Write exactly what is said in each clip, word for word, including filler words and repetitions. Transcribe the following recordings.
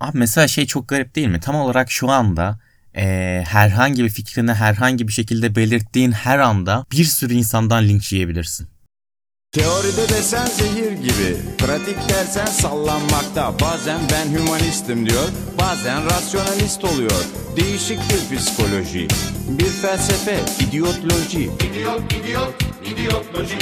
Abi mesela şey çok garip değil mi? Tam olarak şu anda e, herhangi bir fikrini herhangi bir şekilde belirttiğin her anda bir sürü insandan linç yiyebilirsin. Teoride desen zehir gibi, pratik dersen sallanmakta. Bazen ben hümanistim diyor, bazen rasyonalist oluyor. Değişik bir psikoloji, bir felsefe, idiotloji. İdiot, idiot, idiotloji.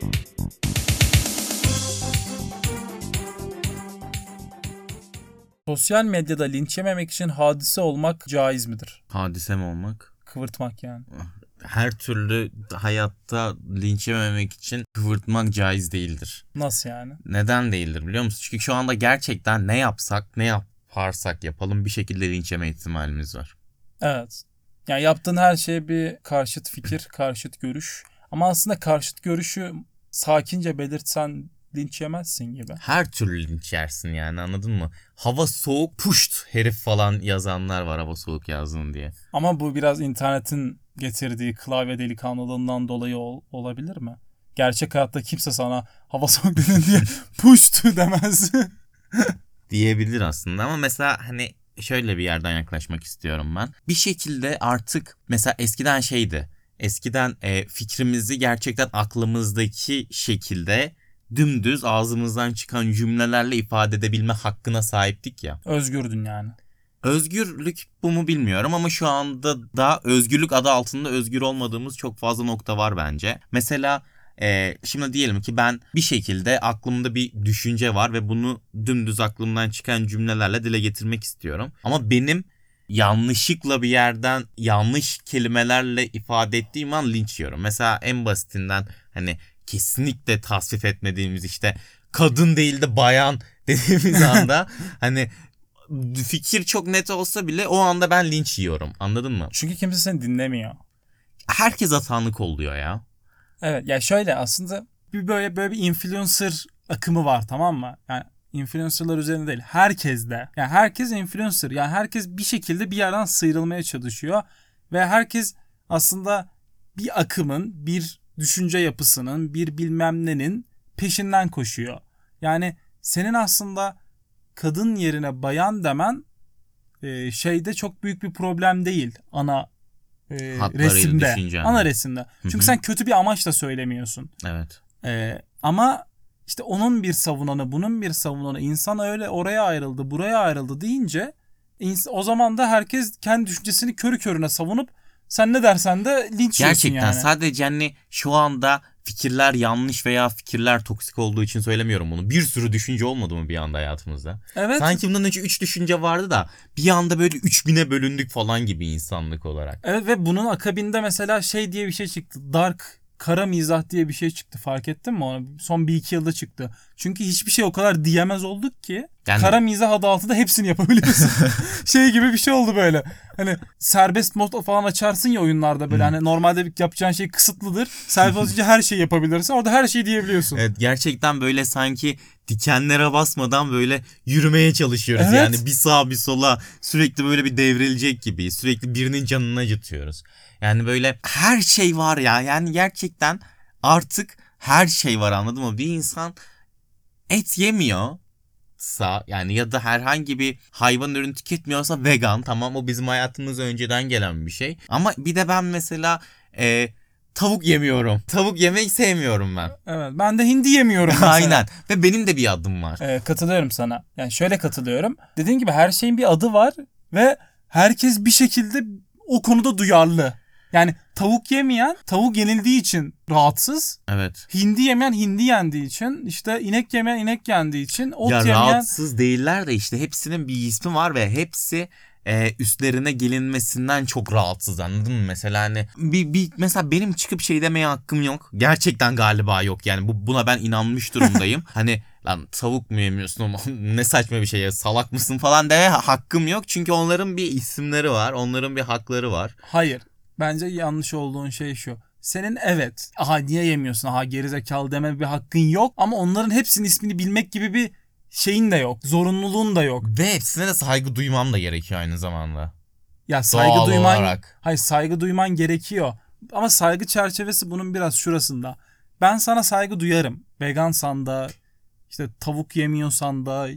Sosyal medyada linç yememek için hadise olmak caiz midir? Hadise mi olmak? Kıvırtmak yani. Her türlü hayatta linç yememek için kıvırtmak caiz değildir. Nasıl yani? Neden değildir biliyor musun? Çünkü şu anda gerçekten ne yapsak, ne yaparsak yapalım bir şekilde linç yeme ihtimalimiz var. Evet. Yani yaptığın her şeye bir karşıt fikir, karşıt görüş. Ama aslında karşıt görüşü sakince belirtsen linç yemezsin gibi. Her türlü linç yersin yani, anladın mı? Hava soğuk, puşt herif falan yazanlar var hava soğuk yazdın diye. Ama bu biraz internetin getirdiği klavye delikanlılığından dolayı ol, olabilir mi? Gerçek hayatta kimse sana hava soğuk dedin diye puştu demez. Diyebilir aslında ama mesela hani şöyle bir yerden yaklaşmak istiyorum ben. Bir şekilde artık mesela eskiden şeydi. Eskiden e, fikrimizi gerçekten aklımızdaki şekilde dümdüz ağzımızdan çıkan cümlelerle ifade edebilme hakkına sahiptik ya. Özgürdün yani. Özgürlük bu mu bilmiyorum ama şu anda da özgürlük adı altında özgür olmadığımız çok fazla nokta var bence. Mesela e, şimdi diyelim ki ben bir şekilde aklımda bir düşünce var ve bunu dümdüz aklımdan çıkan cümlelerle dile getirmek istiyorum. Ama benim yanlışlıkla bir yerden yanlış kelimelerle ifade ettiğim an linç yiyorum. Mesela en basitinden hani kesinlikle tasvip etmediğimiz işte kadın değil de bayan dediğimiz anda hani fikir çok net olsa bile o anda ben linç yiyorum. Anladın mı? Çünkü kimse seni dinlemiyor. Herkes hatanlık oluyor ya. Evet ya şöyle aslında bir böyle böyle bir influencer akımı var, tamam mı? Yani influencerlar üzerinde değil, herkes de. Yani herkes influencer. Yani herkes bir şekilde bir yerden sıyrılmaya çalışıyor ve herkes aslında bir akımın, bir düşünce yapısının, bir bilmem nenin peşinden koşuyor. Yani senin aslında kadın yerine bayan demen e, şeyde çok büyük bir problem değil. Ana e, resimde. düşüncen. Ana resimde. Çünkü Hı-hı. sen kötü bir amaçla söylemiyorsun. Evet. E, ama işte onun bir savunanı, bunun bir savunanı, insan öyle oraya ayrıldı, buraya ayrıldı deyince o zaman da herkes kendi düşüncesini körü körüne savunup sen ne dersen de linç yiyorsun yani. Gerçekten sadece hani şu anda fikirler yanlış veya fikirler toksik olduğu için söylemiyorum bunu. Bir sürü düşünce olmadı mı bir anda hayatımızda? Evet. Sanki bundan önce üç düşünce vardı da bir anda böyle üç bine bölündük falan gibi insanlık olarak. Evet ve bunun akabinde mesela şey diye bir şey çıktı. Dark, kara mizah diye bir şey çıktı. Fark ettin mi onu? Son bir iki yılda çıktı. Çünkü hiçbir şey o kadar diyemez olduk ki. Yani... Kara mizah adı altında hepsini yapabiliyorsun. Şey gibi bir şey oldu böyle. Hani serbest mod falan açarsın ya oyunlarda böyle. Hmm. Hani normalde yapacağın şey kısıtlıdır. Serbest olunca her şeyi yapabilirsin. Orada her şeyi diyebiliyorsun. Evet, gerçekten böyle sanki dikenlere basmadan böyle yürümeye çalışıyoruz. Evet. Yani bir sağa bir sola sürekli böyle bir devrilecek gibi. Sürekli birinin canını acıtıyoruz. Yani böyle her şey var ya. Yani gerçekten artık her şey var, anladın mı? Bir insan et yemiyorsa yani ya da herhangi bir hayvan ürünü tüketmiyorsa vegan, tamam, o bizim hayatımıza önceden gelen bir şey. Ama bir de ben mesela e, tavuk yemiyorum. Tavuk yemeyi sevmiyorum ben. Evet, ben de hindi yemiyorum mesela. Aynen ve benim de bir adım var. Ee, katılıyorum sana. Yani şöyle katılıyorum. Dediğin gibi her şeyin bir adı var ve herkes bir şekilde o konuda duyarlı. Yani tavuk yemeyen tavuk yenildiği için rahatsız. Evet. Hindi yemeyen hindi yendiği için, işte inek yemeyen inek yendiği için, ot ya yemeyen... rahatsız değiller de işte hepsinin bir ismi var ve hepsi e, üstlerine gelinmesinden çok rahatsız, anladın mı? Mesela hani bir, bir mesela benim çıkıp şey demeye hakkım yok. Gerçekten galiba yok yani bu, buna ben inanmış durumdayım. Hani lan tavuk mu yemiyorsun, ne saçma bir şey ya, salak mısın falan demeye hakkım yok. Çünkü onların bir isimleri var, onların bir hakları var. Hayır. Bence yanlış olduğun şey şu. Senin evet, aha niye yemiyorsun, aha gerizekalı deme bir hakkın yok. Ama onların hepsinin ismini bilmek gibi bir şeyin de yok. Zorunluluğun da yok. Ve hepsine de saygı duymam da gerekiyor aynı zamanda. Ya saygı Doğal duyman, olarak. Hayır saygı duyman gerekiyor. Ama saygı çerçevesi bunun biraz şurasında. Ben sana saygı duyarım. Vegansan da, işte tavuk yemiyorsan da,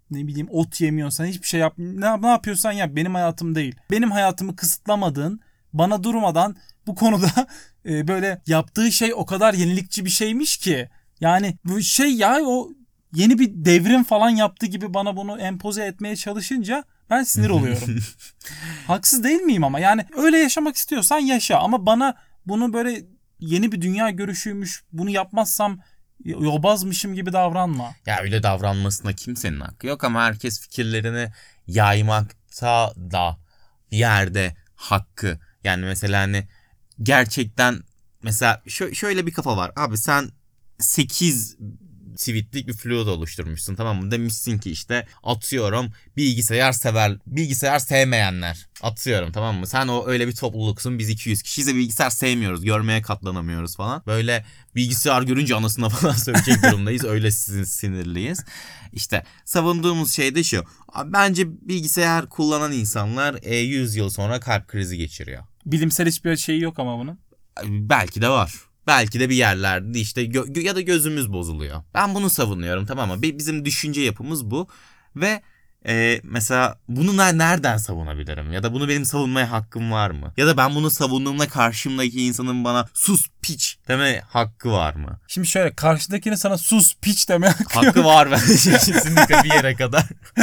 ne bileyim ot yemiyorsan, hiçbir şey yap, ne, ne yapıyorsan yap, benim hayatım değil. Benim hayatımı kısıtlamadığın, bana durmadan bu konuda e, böyle yaptığı şey o kadar yenilikçi bir şeymiş ki. Yani bu şey ya, o yeni bir devrim falan yaptığı gibi bana bunu empoze etmeye çalışınca ben sinir oluyorum. Haksız değil miyim ama? Yani öyle yaşamak istiyorsan yaşa, ama bana bunu böyle yeni bir dünya görüşüymüş, bunu yapmazsam yobazmışım gibi davranma. Ya öyle davranmasına kimsenin hakkı yok ama herkes fikirlerini yaymakta da bir yerde hakkı. Yani mesela hani gerçekten mesela şö- şöyle bir kafa var. Abi sen sekiz tweetlik bir flood oluşturmuşsun, tamam mı? Demişsin ki işte atıyorum bilgisayar sever, bilgisayar sevmeyenler atıyorum, tamam mı? Sen o öyle bir topluluksun, biz iki yüz kişiyiz ve bilgisayar sevmiyoruz, görmeye katlanamıyoruz falan. Böyle bilgisayar görünce anasına falan söyleyecek durumdayız, öyle sinirliyiz. İşte savunduğumuz şey de şu: bence bilgisayar kullanan insanlar e, yüz yıl sonra kalp krizi geçiriyor. Bilimsel hiçbir şeyi yok ama bunun. Belki de var. Belki de bir yerlerde işte gö- ya da gözümüz bozuluyor. Ben bunu savunuyorum, tamam mı? Bizim düşünce yapımız bu ve e, mesela bunu nereden savunabilirim? Ya da bunu benim savunmaya hakkım var mı? Ya da ben bunu savunduğumda karşımdaki insanın bana sus piç deme hakkı var mı? Şimdi şöyle, karşıdakine sana sus piç deme hakkı, hakkı yok. var bence kesinlikle bir yere kadar.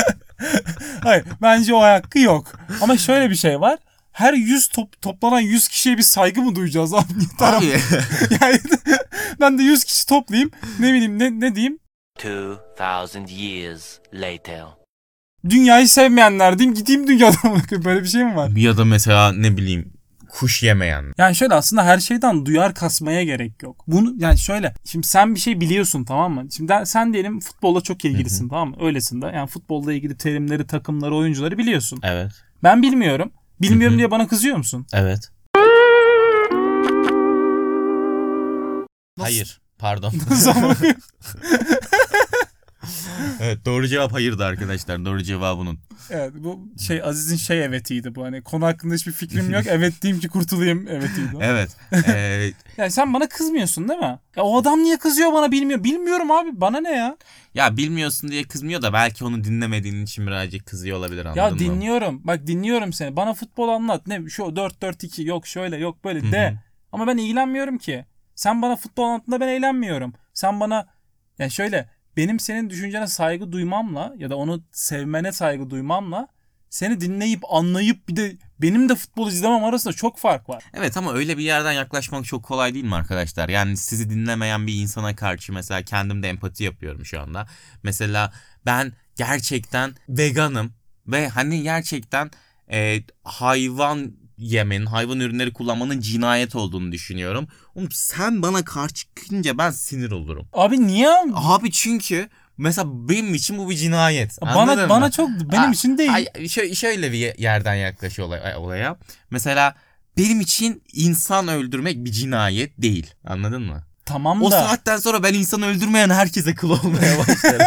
Hayır, bence o hakkı yok. Ama şöyle bir şey var. Her yüz top, toplanan yüz kişiye bir saygı mı duyacağız abi? Abi. Yani ben de yüz kişi toplayayım. Ne bileyim ne, ne diyeyim? two thousand years later. Dünyayı sevmeyenler diyeyim, gideyim dünyadan. Böyle bir şey mi var? Ya da mesela ne bileyim kuş yemeyen. Yani şöyle, aslında her şeyden duyar kasmaya gerek yok. Bunu yani şöyle, şimdi sen bir şey biliyorsun, tamam mı? Şimdi sen diyelim futbolla çok ilgilisin, tamam mı? Öylesin de. Yani futbolla ilgili terimleri, takımları, oyuncuları biliyorsun. Evet. Ben bilmiyorum. Bilmiyorum Hı hı. diye bana kızıyor musun? Evet. Hayır. Pardon. Evet, doğru cevap hayırdı arkadaşlar. Doğru cevabı unut. Evet, bu şey Aziz'in şey evetiydi bu. Hani konu hakkında hiçbir fikrim yok. Evet diyeyim ki kurtulayım evetiydi. Evet. Ee, Yani sen bana kızmıyorsun değil mi? Ya o adam niye kızıyor bana, bilmiyorum. Bilmiyorum abi, bana ne ya? ya bilmiyorsun diye kızmıyor da belki onu dinlemediğin için birazcık kızıyor olabilir, anladın Ya mı? dinliyorum. Bak dinliyorum seni. Bana futbol anlat. Ne şu dört dört iki yok şöyle yok böyle de. Hı hı. Ama ben ilgilenmiyorum ki. Sen bana futbol anlattığında ben eğlenmiyorum. Sen bana yani şöyle, benim senin düşüncene saygı duymamla ya da onu sevmene saygı duymamla seni dinleyip anlayıp bir de benim de futbol izlemem arasında çok fark var. Evet ama öyle bir yerden yaklaşmak çok kolay değil mi arkadaşlar? Yani sizi dinlemeyen bir insana karşı mesela kendim de empati yapıyorum şu anda. Mesela ben gerçekten veganım ve hani gerçekten e, hayvan yemenin, hayvan ürünleri kullanmanın cinayet olduğunu düşünüyorum. Oğlum sen bana karşı çıkınca ben sinir olurum. Abi niye? Abi çünkü mesela benim için bu bir cinayet. Bana bana çok benim Aa, için değil. Ay, şö- şöyle bir yerden yaklaşıyor olay, olaya. Mesela benim için insan öldürmek bir cinayet değil. Anladın mı? Tamam O da. saatten sonra ben insan öldürmeyen herkese kıl olmaya başlarım.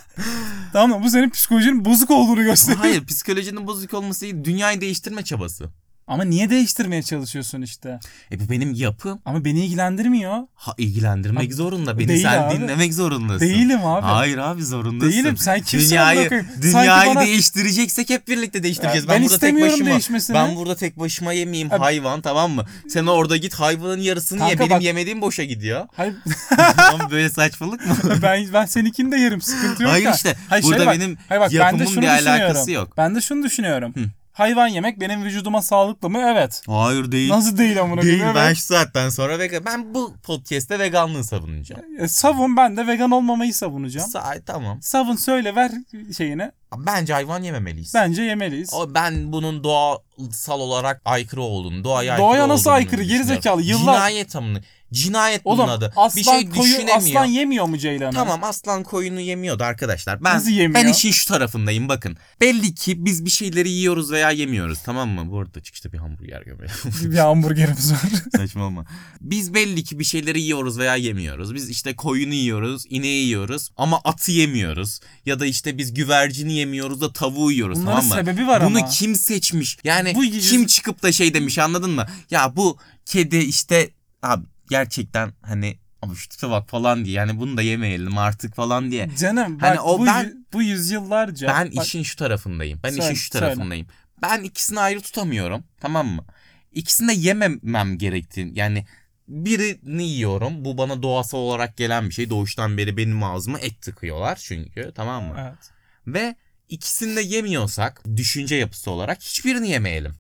Tamam, bu senin psikolojinin bozuk olduğunu gösteriyor. Hayır, psikolojinin bozuk olması değil, dünyayı değiştirme çabası. Ama niye değiştirmeye çalışıyorsun işte? E bu benim yapım. Ama beni ilgilendirmiyor. Ha, ilgilendirmek Abi, zorunda. Beni değil sen abi. dinlemek zorundasın. Değilim abi. Hayır abi, zorundasın. Değilim. Sen kimsin Dünyayı, amına koyayım? dünyayı Sanki bana- değiştireceksek hep birlikte değiştireceğiz. Ya ben burada tek istemiyorum başıma, değişmesini. Ben burada tek başıma yemeyeyim Abi- hayvan, tamam mı? Sen orada git hayvanın yarısını ye. Kanka Benim bak- yemediğim boşa gidiyor. Hayır. Ama böyle saçmalık mı? ben ben seninkini de yerim, sıkıntı yok Hayır da. işte, Hayır, burada şöyle bak, benim hayır bak, ben de yapımın şunu bir alakası düşünüyorum. yok. Ben de şunu düşünüyorum. Hı. Hayvan yemek benim vücuduma sağlıklı mı? Evet. Hayır değil. Nasıl değil amına Değil, koyayım? ben Evet. şu saatten sonra vegan. Ben bu podcast'te veganlığı savunacağım. E, savun, ben de vegan olmamayı savunacağım. Sa- tamam. Savun, söyle, ver şeyini. Bence hayvan yememeliyiz. Bence yemeliyiz. O, ben bunun doğasal olarak aykırı olduğunu, doğaya aykırı Doğaya nasıl olduğunu aykırı? düşünüyorum. Gerizekalı, yıllar- Cinayet amına. Cinayet bunun Oğlum adı. aslan Bir şey koyu, düşünemiyor. aslan yemiyor mu Ceylan'ı? Tamam, aslan koyunu yemiyordu arkadaşlar. Ben Nasıl yemiyor? ben işin şu tarafındayım, bakın. Belli ki biz bir şeyleri yiyoruz veya yemiyoruz, tamam mı? Bu arada çıkışta bir hamburger gömelim. Bir hamburgerimiz var. Saçmalama. Biz belli ki bir şeyleri yiyoruz veya yemiyoruz. Biz işte koyunu yiyoruz, ineği yiyoruz ama atı yemiyoruz. Ya da işte biz güvercini yemiyoruz da tavuğu yiyoruz, Bunların tamam mı? sebebi var Bunu ama. kim seçmiş? Yani Bu- kim çıkıp da şey demiş, anladın mı? Ya bu kedi işte abi gerçekten hani ama şu tipe bak falan diye. Yani bunu da yemeyelim artık falan diye. Canım Hani bak o bu, ben- yü- bu yüzyıllarca. Ben bak, işin şu tarafındayım. Ben Söyle, işin şu söyle. tarafındayım. Ben ikisini ayrı tutamıyorum. Tamam mı? İkisini de yememem gerektiğini. Yani birini yiyorum. Bu bana doğasal olarak gelen bir şey. Doğuştan beri benim ağzıma et tıkıyorlar çünkü. Tamam mı? Evet. Ve ikisini de yemiyorsak düşünce yapısı olarak hiçbirini yemeyelim.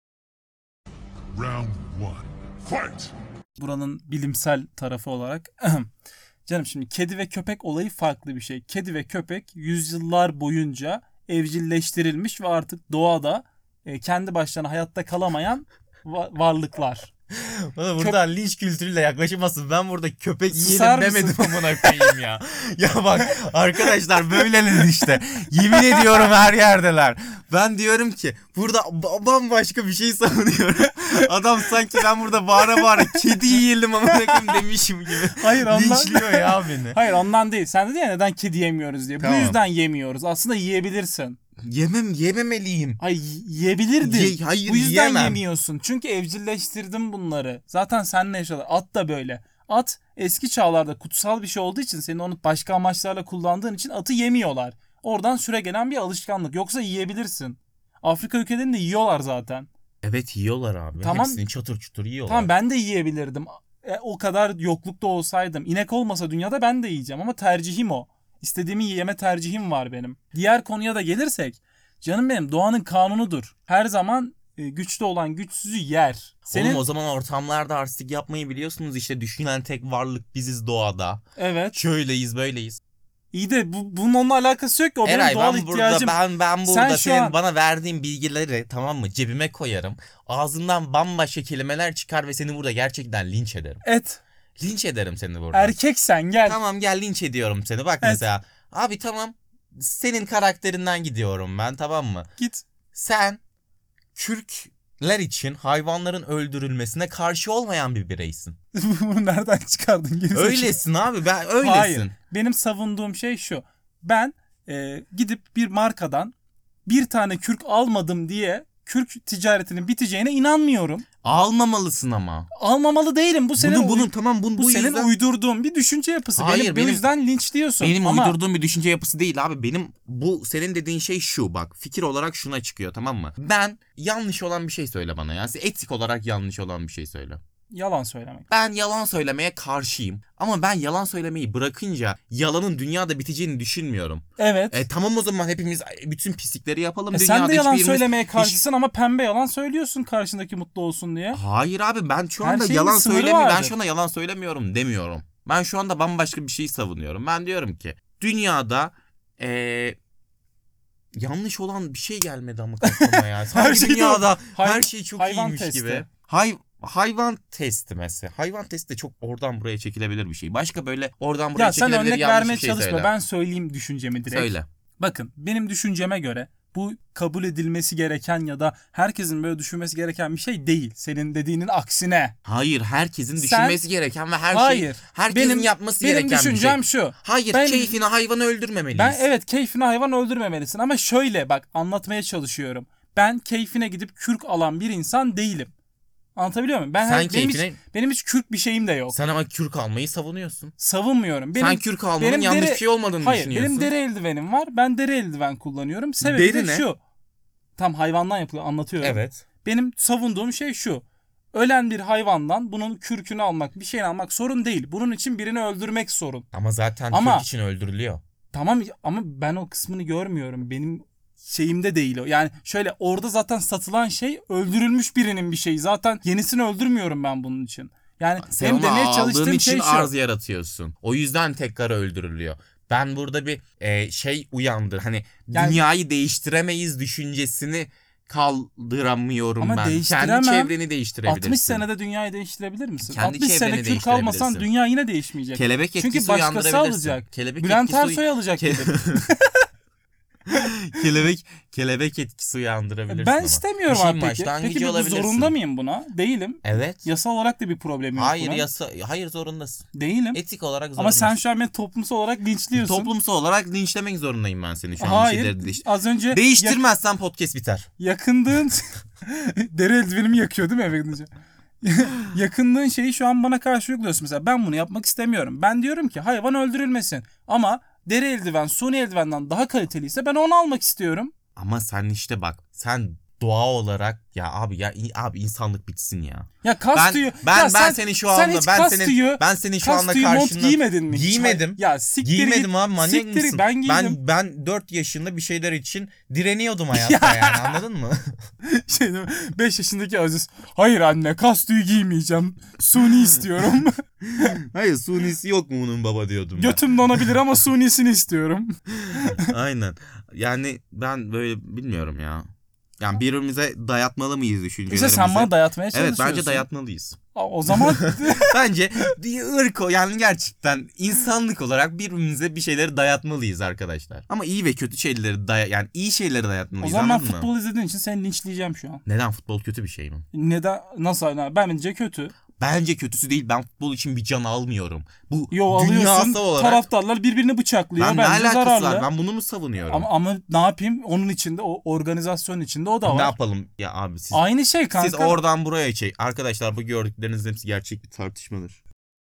Round one. Fight! Buranın bilimsel tarafı olarak. Canım şimdi kedi ve köpek olayı farklı bir şey. Kedi ve köpek yüzyıllar boyunca evcilleştirilmiş ve artık doğada e, kendi başlarına hayatta kalamayan va- varlıklar. Bana buradan linç kültürüyle yaklaşamazsın. Ben burada köpek Susar yiyelim mısın? demedim amına koyayım ya. Ya bak arkadaşlar böyleler işte. Yemin ediyorum her yerdeler. Ben diyorum ki burada ba- bambaşka bir şey savunuyorum. Adam sanki ben burada bağıra bağıra kedi yiyelim amına koyayım demişim gibi. Hayır ondan, Linçliyor ya beni. hayır ondan değil. Sen dedin ya neden kedi yemiyoruz diye. Tamam. Bu yüzden yemiyoruz. Aslında yiyebilirsin. Yemem yememeliyim. Ay y- yiyebilirdin. Ye- hayır, Bu yüzden yiyemem. yemiyorsun. Çünkü evcilleştirdim bunları. Zaten seninle yaşadı. At da böyle. At eski çağlarda kutsal bir şey olduğu için senin onu başka amaçlarla kullandığın için atı yemiyorlar. Oradan süregelen bir alışkanlık. Yoksa yiyebilirsin. Afrika ülkelerinde yiyorlar zaten. Evet yiyorlar abi. Tamam. Hepsini çatır çutur yiyorlar. Tamam ben de yiyebilirdim. E, o kadar yoklukta olsaydım. İnek olmasa dünyada ben de yiyeceğim ama tercihim o. İstediğimi yeme tercihim var benim. Diğer konuya da gelirsek. Canım benim doğanın kanunudur. Her zaman e, güçlü olan güçsüzü yer. Senin Oğlum o zaman ortamlarda artistik yapmayı biliyorsunuz işte düşünen tek varlık biziz doğada. evet. Şöyleyiz böyleyiz. İyi de bu, bunun onunla alakası yok ki. O benim Eray doğal ben burada ihtiyacım. ben ben burada Sen şu senin an- bana verdiğin bilgileri tamam mı cebime koyarım. Ağzından bambaşka kelimeler çıkar ve seni burada gerçekten linç ederim. Et. Linç ederim seni burada. Erkeksen gel. Tamam gel linç ediyorum seni. Bak Evet. mesela abi tamam senin karakterinden gidiyorum ben tamam mı? Git. Sen Kürkler için hayvanların öldürülmesine karşı olmayan bir bireysin. Bunu nereden çıkardın? Gerizekalı. Öylesin abi ben öylesin. Hayır. Benim savunduğum şey şu. Ben e, gidip bir markadan bir tane kürk almadım diye kürk ticaretinin biteceğine inanmıyorum. Almamalısın ama. Almamalı değilim. Bu senin Bunun, uy- bunun tamam bu, bu, bu senin yüzden... uydurduğun bir düşünce yapısı. Hayır, benim, benim- bu yüzden linçliyorsun. Benim Ama uydurduğum bir düşünce yapısı değil abi. Benim bu senin dediğin şey şu bak. Fikir olarak şuna çıkıyor tamam mı? Ben yanlış olan bir şey söyle bana ya. Etik olarak yanlış olan bir şey söyle. yalan söylemek. Ben yalan söylemeye karşıyım. Ama ben yalan söylemeyi bırakınca yalanın dünyada biteceğini düşünmüyorum. Evet. E tamam o zaman hepimiz bütün pislikleri yapalım. E Dünyada sen de yalan hiçbirimiz- söylemeye hiç- karşısın ama pembe yalan söylüyorsun karşındaki mutlu olsun diye. Hayır abi ben şu Her anda şeyin yalan bir sınırı söylemiyorum. Ben vardır. şu anda yalan söylemiyorum demiyorum. Ben şu anda bambaşka bir şey savunuyorum. Ben diyorum ki dünyada eee, yanlış olan bir şey gelmedi ama kafama ya. Sanki şey dünyada doğru. her Hay- şey çok hayvan iyiymiş testi. gibi. Hay hayvan testi mesela. Hayvan testi de çok oradan buraya çekilebilir bir şey. Başka böyle oradan buraya Ya sen çekilebilir örnek yanlış vermeye bir şey çalışma. söyle. Ben söyleyeyim düşüncemi direkt. Söyle. Bakın benim düşünceme göre bu kabul edilmesi gereken ya da herkesin böyle düşünmesi gereken bir şey değil. Senin dediğinin aksine. Hayır herkesin Sen- düşünmesi gereken ve her Hayır. şey herkesin benim, yapması benim gereken bir şey. düşüncem şu. Hayır Ben- keyfine hayvanı öldürmemeliyiz. Ben evet keyfine hayvan öldürmemelisin ama şöyle bak anlatmaya çalışıyorum. Ben keyfine gidip kürk alan bir insan değilim. Anlatabiliyor muyum? Ben Sen her- benim, keyfine- hiç, benim hiç kürk bir şeyim de yok. Sen ama kürk almayı savunuyorsun. Savunmuyorum. Benim, Sen kürk almanın benim yanlış deri- bir şey olmadığını Hayır düşünüyorsun. benim deri eldivenim var. Ben deri eldiven kullanıyorum. Sebebi Deri de ne? şu. Tam hayvandan yapılıyor anlatıyorum. Evet. Benim savunduğum şey şu. Ölen bir hayvandan bunun kürkünü almak, bir şeyini almak sorun değil. Bunun için birini öldürmek sorun. Ama zaten Ama- kürk için öldürülüyor. Tamam ama ben o kısmını görmüyorum. Benim şeyimde değil o. Yani şöyle orada zaten satılan şey öldürülmüş birinin bir şeyi. Zaten yenisini öldürmüyorum ben bunun için. Yani Sen benim onu demeye aldığın çalıştığım için şey şu. arz yaratıyorsun. O yüzden tekrar öldürülüyor. Ben burada bir e, şey uyandır. Hani Yani- dünyayı değiştiremeyiz düşüncesini kaldıramıyorum Ama ben. değiştiremem. Kendi çevreni değiştirebilirsin. altmış senede dünyayı değiştirebilir misin? Kendi altmış sene çevreni kürk almasan değiştirebilirsin. dünya yine değişmeyecek. Kelebek etkisi Çünkü başkası uyandırabilirsin. alacak. Kelebek Bülent etkisi uy- Ersoy alacak Ke- dedim. kelebek kelebek etkisi uyandırabilirsin Ben ama. istemiyorum Bir şeyin abi peki. başlangıcı Peki bu olabilirsin. zorunda mıyım buna? Değilim. Evet. Yasal olarak da bir problemim yok Hayır buna. yasa hayır zorundasın. Değilim. Etik olarak zorundasın. Ama sen şu an beni toplumsal olarak linçliyorsun. toplumsal olarak linçlemek zorundayım ben seni şu an. bir Hayır. şeyleri değiş- Az önce yak- Değiştirmezsen podcast biter. yakındığın deri eldivenimi yakıyor değil mi eve gidince? yakınlığın şeyi şu an bana karşı uyguluyorsun. Mesela ben bunu yapmak istemiyorum. Ben diyorum ki hayvan öldürülmesin. Ama deri eldiven suni eldivenden daha kaliteliyse ben onu almak istiyorum. Ama sen işte bak sen doğa olarak ya abi ya abi insanlık bitsin ya. Ya kas Ben tüyü. ben ya ben sen, seni şu sen anda hiç ben kas senin tüyü, ben senin şu kas anda tüyü mont karşında giymedin mi? hiç? Giymedim. Ya siktir Giymedim git. abi, manyak Siktir mısın? ben giydim. Ben ben dört yaşında bir şeyler için direniyordum hayatta yani, anladın mı? Şey beş yaşındaki Aziz. Hayır anne kas tüyü giymeyeceğim. Suni istiyorum. Hayır, sunisi yok mu bunun baba diyordum ben. Götüm donabilir ama sunisini istiyorum. Aynen. Yani ben böyle bilmiyorum ya. Yani birbirimize dayatmalı mıyız düşüncelerimizi? İşte sen bana dayatmaya Evet, çalışıyorsun. bence dayatmalıyız. Aa, o zaman Bence bir ırk o, yani gerçekten insanlık olarak birbirimize bir şeyleri dayatmalıyız arkadaşlar. Ama iyi ve kötü şeyleri daya yani iyi şeyleri o dayatmalıyız, zaman ben anladın mı? futbol izlediğin için seni linçleyeceğim şu an. Neden futbol kötü bir şey mi? Neden? Nasıl? Yani bence kötü. Bence kötüsü değil. Ben futbol için bir can almıyorum. Bu Yo alıyorsun. dünyasal olarak Taraftarlar birbirini bıçaklıyor. ben ne Bence alakası zararlı. var? Ben bunu mu savunuyorum? Ama, ama ne yapayım? Onun içinde o organizasyon içinde o da Ne var. yapalım ya abi siz? Aynı şey kanka. Siz oradan buraya çek. Arkadaşlar bu gördüklerinizin hepsi gerçek bir tartışmadır.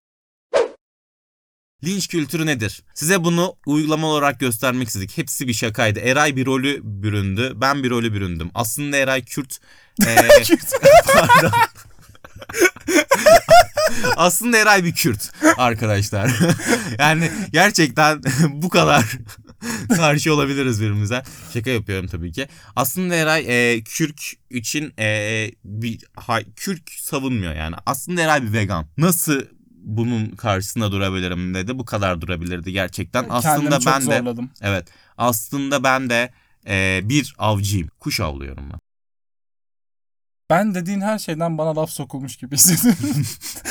Linç kültürü nedir? Size bunu uygulama olarak göstermek istedik. Hepsi bir şakaydı. Eray bir rolü büründü. Ben bir rolü büründüm. Aslında Eray Kürt. Ee, pardon. Aslında Eray bir Kürt arkadaşlar. Yani gerçekten bu kadar karşı olabiliriz birbirimize. Şaka yapıyorum tabii ki. Aslında Eray e, Kürk için e, bir hay, Kürk savunmuyor yani. Aslında Eray bir vegan. Nasıl bunun karşısında durabilirim dedi. Bu kadar durabilirdi gerçekten. Aslında Kendimi çok ben de zorladım. evet. Aslında ben de e, bir avcıyım. Kuş avlıyorum ben. Ben dediğin her şeyden bana laf sokulmuş gibi hissediyorum.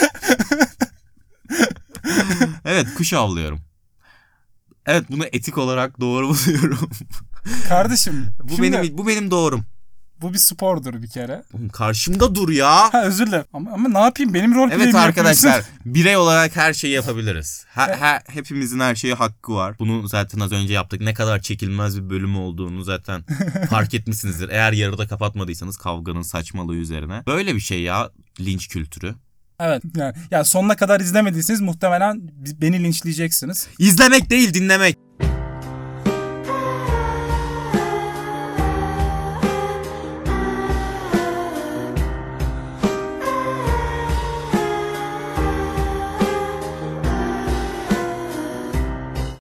Evet, kuş avlıyorum. Evet, bunu etik olarak doğru buluyorum. Kardeşim. Bu şimdi benim bu benim doğrum. bu bir spordur bir kere. Oğlum karşımda dur ya. Ha özür dilerim. Ama, ama ne yapayım? Benim rol Evet arkadaşlar, birey olarak her şeyi yapabiliriz. Ha, ha, hepimizin her şeye hakkı var. Bunu zaten az önce yaptık. Ne kadar çekilmez bir bölüm olduğunu zaten fark etmişsinizdir. Eğer yarıda kapatmadıysanız kavganın saçmalığı üzerine. Böyle bir şey ya, linç kültürü. Evet. Yani, yani sonuna kadar izlemediyseniz muhtemelen beni linçleyeceksiniz. İzlemek değil, dinlemek.